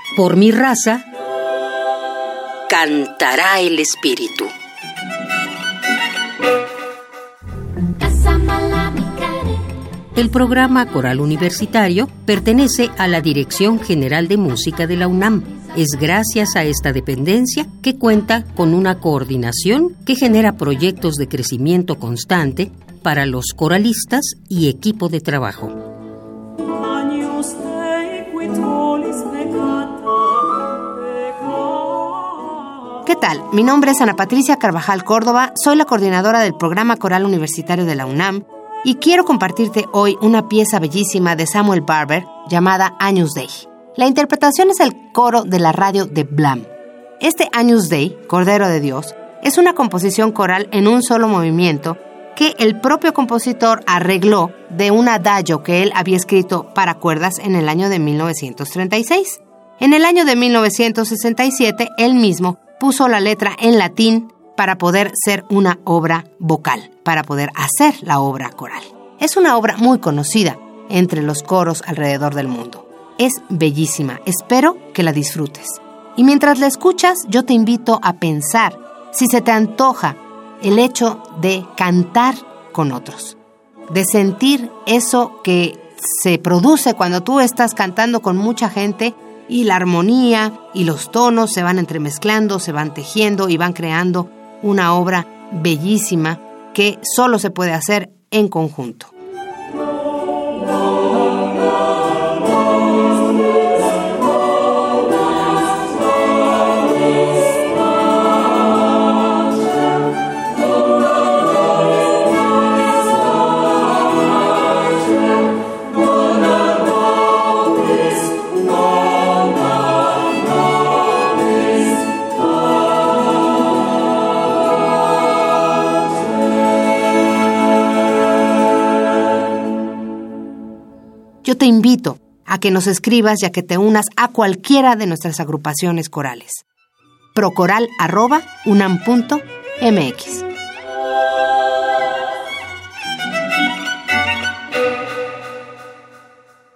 Por mi raza cantará el espíritu. El programa Coral Universitario pertenece a la Dirección General de Música de la UNAM. Es gracias a esta dependencia que cuenta con una coordinación que genera proyectos de crecimiento constante para los coralistas y equipo de trabajo. ¿Qué tal? Mi nombre es Ana Patricia Carvajal Córdoba, soy la coordinadora del programa Coral Universitario de la UNAM y quiero compartirte hoy una pieza bellísima de Samuel Barber llamada Agnus Dei. La interpretación es el coro de la radio de Blam. Este Agnus Dei, Cordero de Dios, es una composición coral en un solo movimiento que el propio compositor arregló de un adagio que él había escrito para cuerdas en el año de 1936. En el año de 1967, él mismo puso la letra en latín para poder ser una obra vocal, para poder hacer la obra coral. Es una obra muy conocida entre los coros alrededor del mundo. Es bellísima, espero que la disfrutes. Y mientras la escuchas, yo te invito a pensar si se te antoja el hecho de cantar con otros, de sentir eso que se produce cuando tú estás cantando con mucha gente y la armonía y los tonos se van entremezclando, se van tejiendo y van creando una obra bellísima que solo se puede hacer en conjunto. Yo te invito a que nos escribas y a que te unas a cualquiera de nuestras agrupaciones corales. procoral@unam.mx